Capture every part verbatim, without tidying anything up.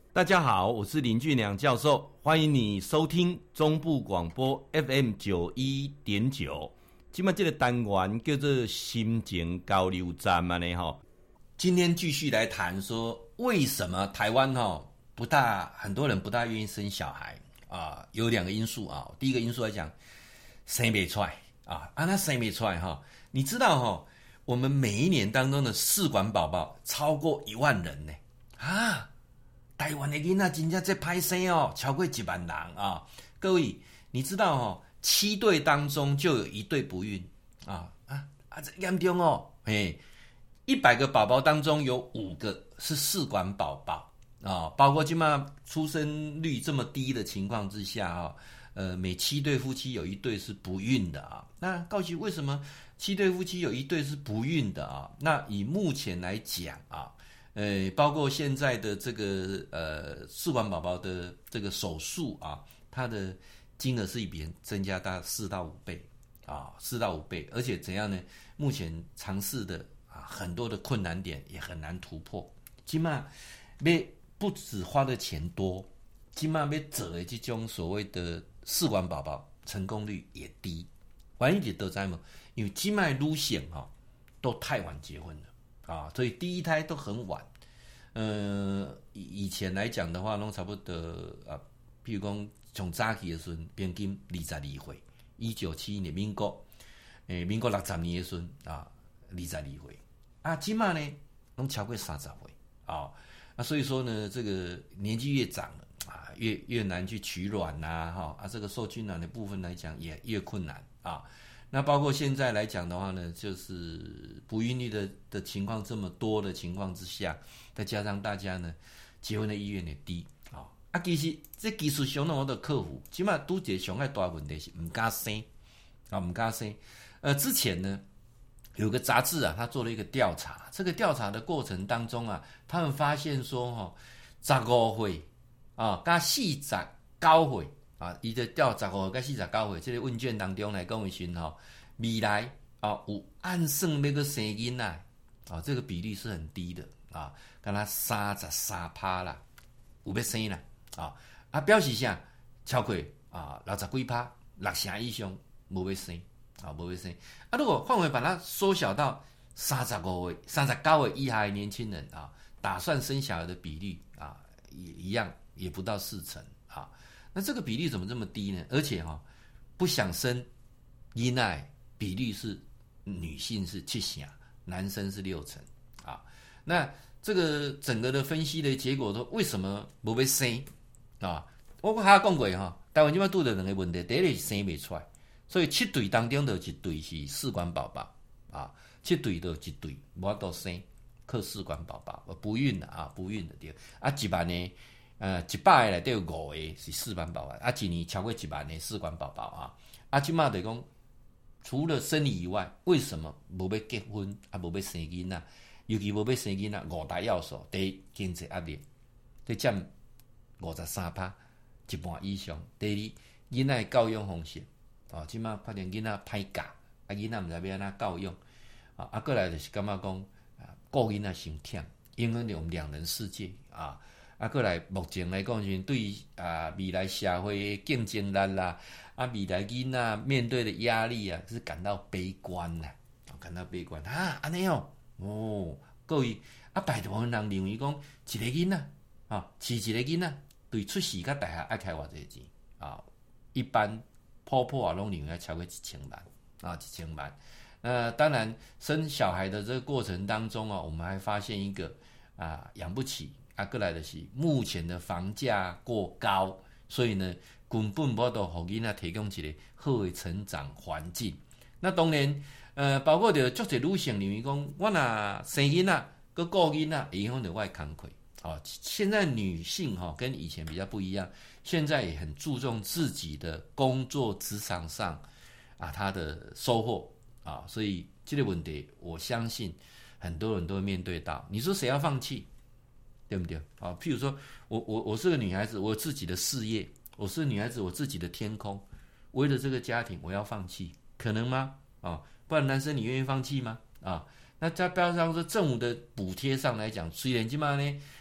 大家好，我是林俊良教授，欢迎你收听中部广播 F M 九一点九。今麦这个单元叫做心情交流站嘛呢哈。今天继续来谈说，为什么台湾哈不大很多人不大愿意生小孩啊？有两个因素啊。第一个因素来讲，生不出来啊，啊那生不出来哈。你知道哈，我们每一年当中的试管宝宝超过一万人呢啊。台湾的囡仔真正在歹生哦，超过一万人啊！各位，你知道哦，七对当中就有一对不孕啊啊啊！这严重哦，嘿，一百个宝宝当中有五个是试管宝宝啊，包括今嘛出生率这么低的情况之下啊，呃，每七对夫妻有一对是不孕的啊。那告诉为什么七对夫妻有一对是不孕的啊？那以目前来讲啊。呃，包括现在的这个呃试管宝宝的这个手术啊，它的金额是比增加大四到五倍啊，四到五倍，而且怎样呢？目前尝试的啊很多的困难点也很难突破。起码要不止花的钱多，起码要做的这种所谓的试管宝宝成功率也低。原因就都在嘛，因为起码女性哈都太晚结婚了。啊，所以第一胎都很晚，呃，以前来讲的话，拢差不多啊，譬如讲从早期的时阵，平均二十二岁，一九七一年民国，诶、欸，民国六十年的时阵啊，二十二岁，啊，今嘛呢，拢超过三十岁，啊，啊，所以说呢，这个年纪越长了啊，越越难去取卵呐、啊，哈，啊，这个受精卵的部分来讲也越困难啊。那包括现在来讲的话呢，就是不孕率的的情况这么多的情况之下，再加上大家呢结婚的意愿也低啊、哦、啊，其实这技术上我的克服，起码都解上海大问题是唔敢生啊，唔敢生。呃，之前呢有个杂志啊，他做了一个调查，这个调查的过程当中啊，他们发现说哈、哦，十五岁啊加四十九岁。啊，伊就调十五到四十九岁，这个问卷当中来讲的时候，未来啊有按算要个生囡仔，啊，这个比例是很低的啊，敢若三十三趴啦，有要生啦啊，啊表示啥？超过啊六十几趴，六成以上无要生啊，无要生。啊，如果范围把它缩小到三十五岁、三十九岁以下的年轻人啊，打算生小孩的比例啊，也一样，也不到四成啊。那这个比例怎么这么低呢？而且哈、哦，不想生婴仔比例是女性是七成，男生是六成啊。那这个整个的分析的结果说，为什么不要生啊？我还讲过哈，台湾今麦拄到两个问题，第一个是生不出来，所以七对当中就一对是试管宝宝啊，七对就一对无法度生，靠试管宝宝不孕的啊，不孕的对啊，一万呢。呃，一百个内底有五个是试管宝宝，啊，一年超过一万个试管宝宝啊。啊，即马就讲，除了生理以外，为什么无要结婚啊？无要生囡仔，尤其无要生囡仔，五大要素：第一，经济压力，这占五十三趴，一半以上；第二，囡仔教养方式，哦，即马发现囡仔歹教，啊，囡仔毋知要安怎教养，啊，啊，过来就是感觉讲，啊，顾囡仔伤忝，影响着我们两人世界啊。啊，过来，目前来讲，是对啊未来社会的竞争力啦，啊未来囡仔面对的压力啊，是感到悲观啦，感到悲观啊，安尼哦，哦，各位啊，大部分人认为讲一个囡仔啊，饲一个囡仔，对出世甲大学爱开偌济钱啊，一般普普啊，拢认为超过一千万啊，一千万。那当然，生小孩的这个过程当中啊，我们还发现一个啊，养不起。啊，过来的是目前的房价过高，所以呢，根本无法度给囡仔提供一个好的成长环境。那当然，呃，包括着足侪女性认为讲，我若生囡仔，佮顾囡仔，会影响着我的工课。哦，现在女性哈、哦、跟以前比较不一样，现在也很注重自己的工作职场上啊，她的收获啊，所以这个问题，我相信很多人都会面对到。你说谁要放弃？对不对啊？譬如说我我我是个女孩子，我有自己的事业，我是女孩子，我自己的天空，为了这个家庭，我要放弃，可能吗？啊，不然男生你愿意放弃吗？啊，那再标上说政府的补贴上来讲，虽然起码呢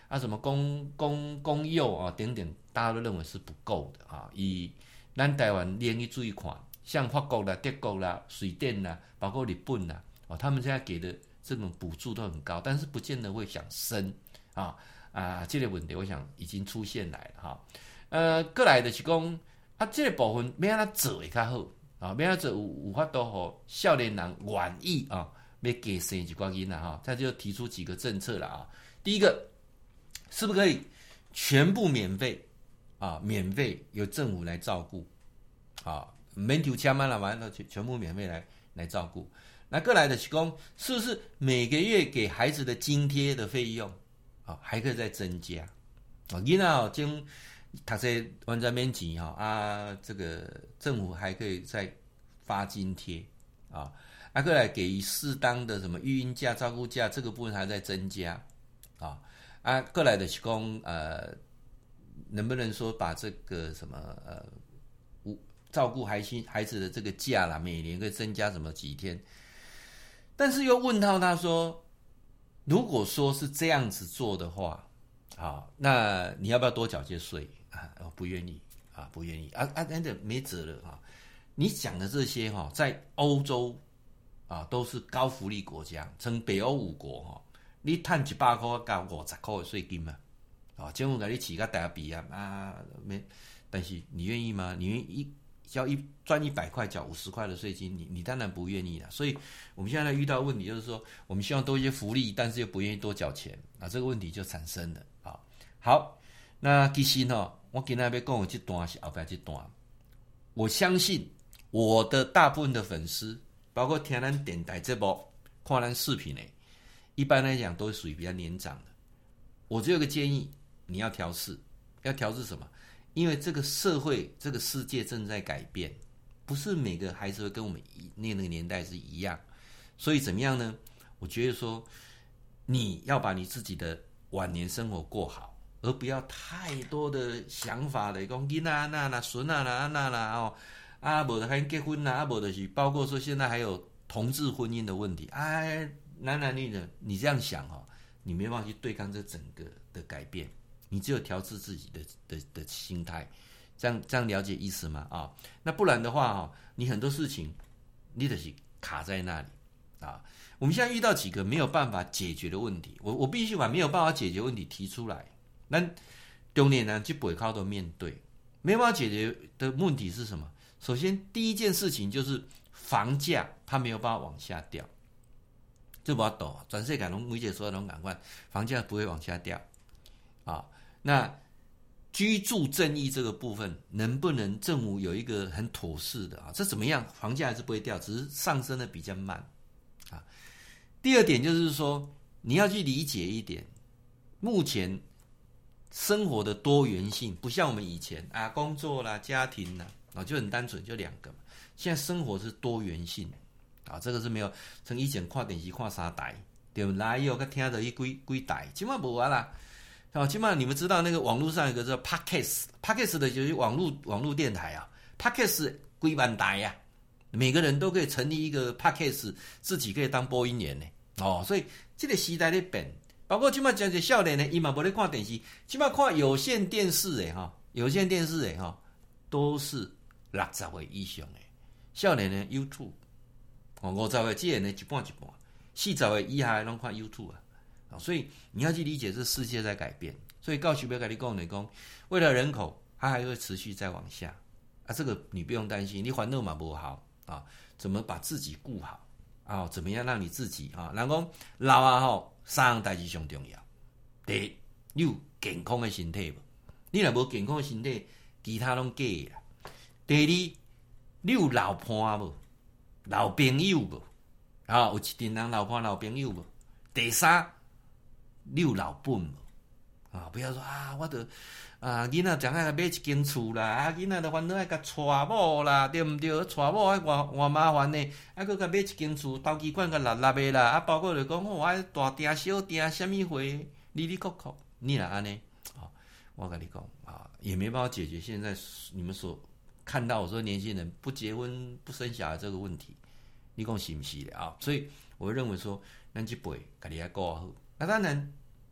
啊什么公公公幼啊等等，大家都认为是不够的啊。以咱台湾联谊注意看，像法国啦、德国啦、水电啦，包括日本啦，哦，他们现在给的这种补助都很高，但是不见得会想生啊啊，这个问题我想已经出现来了哈。呃，过来的是讲啊，这个部分要安怎做会较好啊？要安怎做有有法度互少年人愿意啊，要加生一寡囡仔哈？他就提出几个政策了啊。第一个，是不是可以全部免费啊？免费由政府来照顾啊，免抽签嘛啦，完了全部免费来来照顾。那过来的是讲，是不是每个月给孩子的津贴的费用啊，还可以再增加啊？囡仔哦，将读册完全免钱哈啊，这个政府还可以再发津贴啊，啊，过来给予适当的什么育婴假、照顾假，这个部分还在增加啊啊，过来的是讲呃，能不能说把这个什么呃，照顾孩子孩子的这个假啦，每年可以增加什么几天？但是又问到他说，如果说是这样子做的话，好，那你要不要多缴些税啊？我不愿意啊，不愿意啊啊，真的没辙了啊！你讲的这些哈，在欧洲啊都是高福利国家，称北欧五国哈，你赚一百块交五十块的税金嘛，啊，政府给你起个大比啊啊没，但是你愿意吗？你愿意交一赚一百块缴五十块的税金，你你当然不愿意了。所以我们现在遇到的问题就是说，我们希望多一些福利，但是又不愿意多缴钱啊，这个问题就产生了啊。好，那其实呢，我今天要讲的这段是后边这段，我相信我的大部分的粉丝，包括听咱电台节目、看咱视频的，一般来讲都属于比较年长的。我只有个建议，你要调试，要调试什么？因为这个社会、这个世界正在改变，不是每个孩子会跟我们那那个年代是一样，所以怎么样呢？我觉得说，你要把你自己的晚年生活过好，而不要太多的想法的，讲囡仔啊那啦、孙啊啦、那啦哦，啊，无就还结婚啦，啊，无就是包括说现在还有同志婚姻的问题，哎，男男女女，你这样想哈、哦，你没办法去对抗这整个的改变。你只有调制自己的的的心态，这样这样了解意思吗？啊，那不然的话哈，你很多事情你得是卡在那里啊。我们现在遇到几个没有办法解决的问题，我我必须把没有办法解决问题提出来。那中年人去背靠都面对，没有办法解决的问题是什么？首先第一件事情就是房价它没有办法往下掉，这不要抖，全世界拢每一个所有拢感官房价不会往下掉啊。那居住正义这个部分，能不能政府有一个很妥适的啊？这怎么样？房价还是不会掉，只是上升的比较慢啊。第二点就是说，你要去理解一点，目前生活的多元性不像我们以前啊，工作啦、家庭啦啊，就很单纯，就两个嘛。现在生活是多元性啊，这个是没有。从以前看电视看三台，对不？来又个听到一几几台，现在无啊啦。哦，起码你们知道那个网络上有个叫 Podcast，Podcast 的就是网络网络电台啊 ，Podcast 几万台呀、啊，每个人都可以成立一个 Podcast， 自己可以当播音员呢。哦，所以这个时代在变，包括起码讲些少年呢，伊嘛无咧看电视，起码看有线电视诶哈，有线电视诶哈，都是六十岁以上诶，少年呢 YouTube， 哦五十岁之前呢一半一半，四十岁以下拢看 YouTube 啊。所以你要去理解这世界在改变，所以告诉别跟你讲的讲，为了人口，它还会持续再往下啊，这个你不用担心，你烦恼嘛不好啊，怎么把自己顾好啊？怎么样让你自己啊？人讲老啊吼，三样代志上重要，第一，你有健康的身体无？你若无健康的身体，其他拢假的啦。第二，你有老伴无？老朋友无？啊，有一群人老伴老朋友无？第三，你有老本无？啊，不要说啊，我得啊，囡仔将来买一间厝啦，啊，囡仔的烦恼爱甲娶某啦，对毋对？娶某爱偌偌麻烦呢，啊，佮甲买一间厝，投期款甲立立的啦，啊，包括就讲我爱大订小订，什么货，哩哩扣扣，你若安尼，啊，我跟你讲啊，也没办法解决现在你们所看到我说年轻人不结婚不生小孩这个问题，你讲是不是的啊？所以我认为说，咱这辈家己要过好。那当然，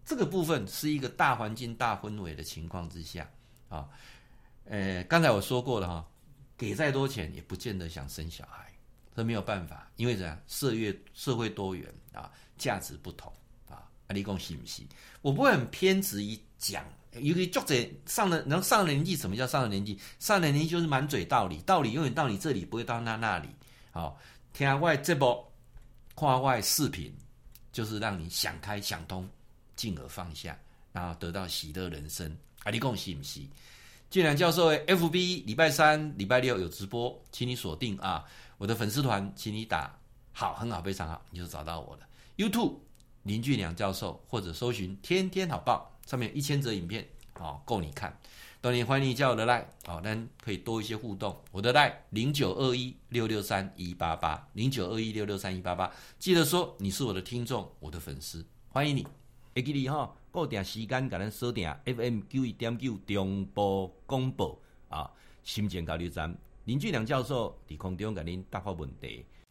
这个部分是一个大环境、大氛围的情况之下啊。呃，刚才我说过了哈，给再多钱也不见得想生小孩，这没有办法，因为怎样，社会社会多元啊，价值不同啊，啊你讲是不是？我不会很偏执于讲，尤其作者上了，然后上了年纪，什么叫上了年纪？上了年纪就是满嘴道理，道理永远到你这里，不会到那那里。好、哦，听我的节目，看我的视频，就是让你想开想通，进而放下，然后得到喜乐人生。啊，你讲是不是？俊良教授的 F B 礼拜三、礼拜六有直播，请你锁定啊！我的粉丝团，请你打好，很好，非常好，你就找到我了。YouTube 林俊良教授，或者搜寻天天好报，上面有一千则影片，哦，够你看。当然欢迎你加我的 LINE， 哦，那可以多一些互动。我的 LINE 零九二一六六三一八八零九二一六六三一八八，记得说你是我的听众，我的粉丝，欢迎你。 会记你吼，固定时间甲咱锁定 F M 九一点九中波广播啊，心情交流站林俊良教授伫空中甲恁答复问题。